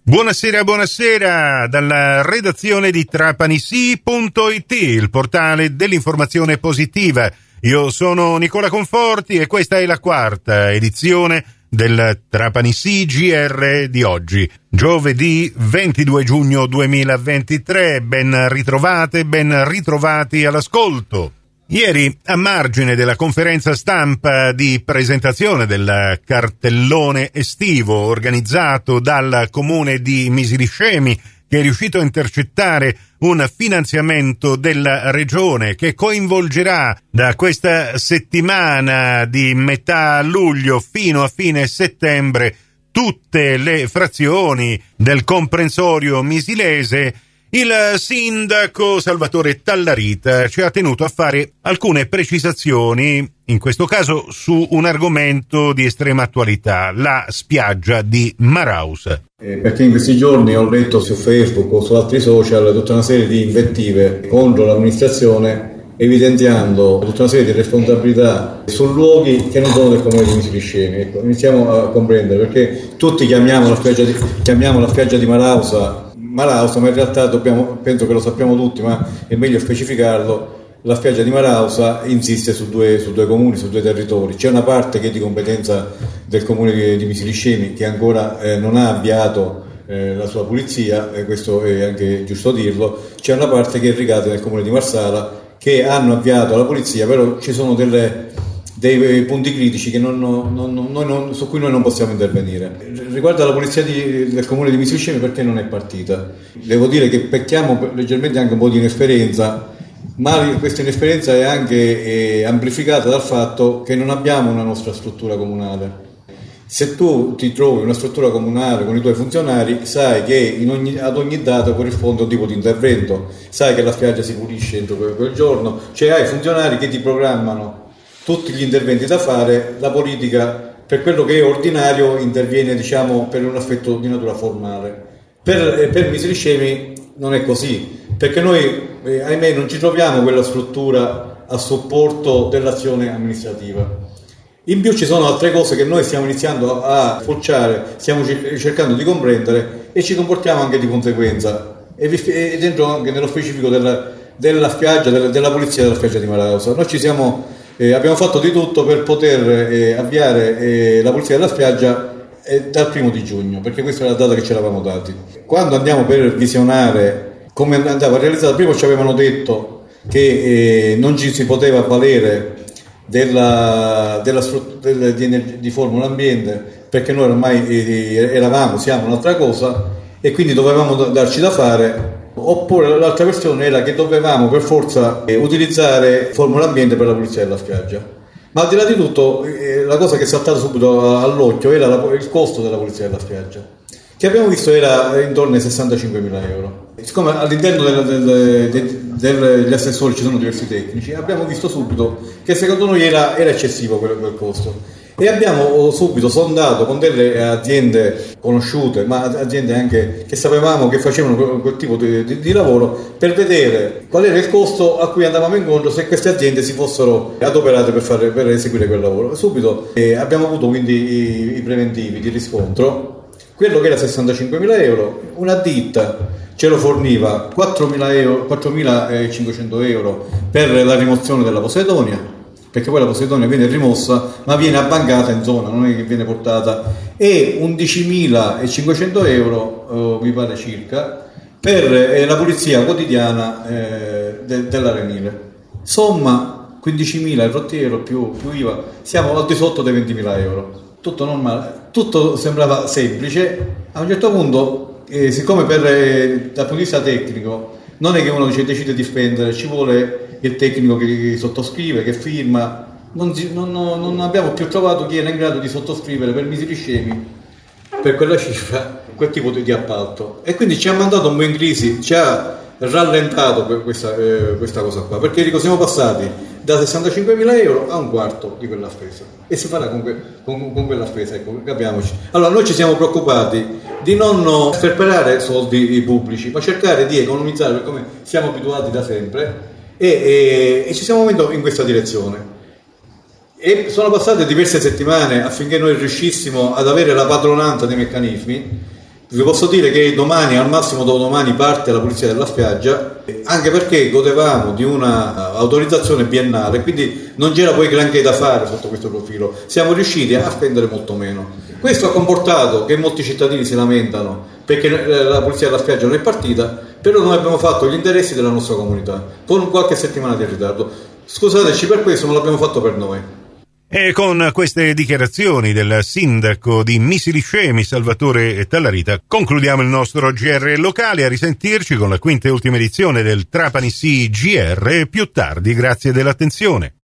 Buonasera, buonasera dalla redazione di trapanissi.it, il portale dell'informazione positiva. Io sono Nicola Conforti e questa è la quarta edizione del Trapanissi GR di oggi, giovedì 22 giugno 2023. Ben ritrovate, ben ritrovati all'ascolto. Ieri, a margine della conferenza stampa di presentazione del cartellone estivo organizzato dal comune di Misiliscemi, che è riuscito a intercettare un finanziamento della regione che coinvolgerà da questa settimana di metà luglio fino a fine settembre tutte le frazioni del comprensorio misilese, il sindaco Salvatore Tallarita ci ha tenuto a fare alcune precisazioni, in questo caso su un argomento di estrema attualità, la spiaggia di Marausa. Perché in questi giorni ho letto su Facebook o su altri social tutta una serie di invettive contro l'amministrazione, evidenziando tutta una serie di responsabilità su luoghi che non sono del comune di Misiliscemi. Ecco, iniziamo a comprendere perché tutti chiamiamo la spiaggia di Marausa, ma in realtà penso che lo sappiamo tutti, ma è meglio specificarlo. La spiaggia di Marausa insiste su due comuni, su due territori. C'è una parte che è di competenza del comune di Misiliscemi, che ancora non ha avviato la sua pulizia, e questo è anche giusto dirlo. C'è una parte che ricade nel comune di Marsala, che hanno avviato la pulizia, però ci sono dei punti critici che su cui noi non possiamo intervenire. Riguardo alla polizia del comune di Misiliscemi, perché non è partita? Devo dire che pecchiamo leggermente anche un po' di inesperienza, ma questa inesperienza è anche amplificata dal fatto che non abbiamo una nostra struttura comunale. Se tu ti trovi una struttura comunale con i tuoi funzionari, sai che ad ogni data corrisponde un tipo di intervento, sai che la spiaggia si pulisce entro quel giorno, cioè hai funzionari che ti programmano tutti gli interventi da fare. La politica, per quello che è ordinario, interviene per un aspetto di natura formale. Per Misiliscemi non è così, perché noi ahimè non ci troviamo quella struttura a supporto dell'azione amministrativa. In più ci sono altre cose che noi stiamo iniziando a spulciare, stiamo cercando di comprendere e ci comportiamo anche di conseguenza, e dentro anche nello specifico della spiaggia, della pulizia della spiaggia di Marausa. Noi abbiamo fatto di tutto per poter avviare la pulizia della spiaggia dal 1° giugno, perché questa è la data che ce l'avevamo dati. Quando andiamo per visionare come andava realizzata, prima ci avevano detto che non ci si poteva avvalere di Formula Ambiente, perché noi ormai siamo un'altra cosa e quindi dovevamo darci da fare. Oppure l'altra versione era che dovevamo per forza utilizzare Formula Ambiente per la pulizia della spiaggia. Ma al di là di tutto, la cosa che è saltata subito all'occhio era il costo della pulizia della spiaggia, che abbiamo visto era intorno ai 65.000 euro. Siccome all'interno degli assessori ci sono diversi tecnici, abbiamo visto subito che secondo noi era eccessivo quel costo. E abbiamo subito sondato con delle aziende conosciute, ma aziende anche che sapevamo che facevano quel tipo di lavoro, per vedere qual era il costo a cui andavamo incontro se queste aziende si fossero adoperate per eseguire quel lavoro. Subito abbiamo avuto quindi i preventivi di riscontro, quello che era 65.000 euro, una ditta ce lo forniva 4.500 euro per la rimozione della Posidonia, perché poi la Posidonia viene rimossa ma viene abbancata in zona, non è che viene portata, e 11.500 euro mi pare circa per la pulizia quotidiana dell'arenile. Somma 15.000 euro più IVA, siamo al di sotto dei 20.000 euro. Tutto normale, tutto sembrava semplice. A un certo punto, siccome dal punto di vista tecnico non è che uno decide di spendere, ci vuole il tecnico che sottoscrive, che firma. Non abbiamo più trovato chi era in grado di sottoscrivere per Misiliscemi, per quella cifra, quel tipo di appalto, e quindi ci ha mandato un po' in crisi, ci ha rallentato questa cosa qua, perché siamo passati da 65.000 euro a un quarto di quella spesa, e si farà con quella spesa, ecco, capiamoci. Allora noi ci siamo preoccupati di non sperperare soldi pubblici, ma cercare di economizzare come siamo abituati da sempre, e ci siamo muovendo in questa direzione. E sono passate diverse settimane affinché noi riuscissimo ad avere la padronanza dei meccanismi, Vi posso dire che domani, al massimo dopodomani, parte la pulizia della spiaggia, anche perché godevamo di una autorizzazione biennale, quindi non c'era poi granché da fare sotto questo profilo. Siamo riusciti a spendere molto meno. Questo ha comportato che molti cittadini si lamentano perché la pulizia della spiaggia non è partita, però noi abbiamo fatto gli interessi della nostra comunità con qualche settimana di ritardo. Scusateci per questo, non l'abbiamo fatto per noi. E con queste dichiarazioni del sindaco di Misiliscemi, Salvatore Tallarita, concludiamo il nostro GR locale. A risentirci con la quinta e ultima edizione del Trapani Sea GR più tardi. Grazie dell'attenzione.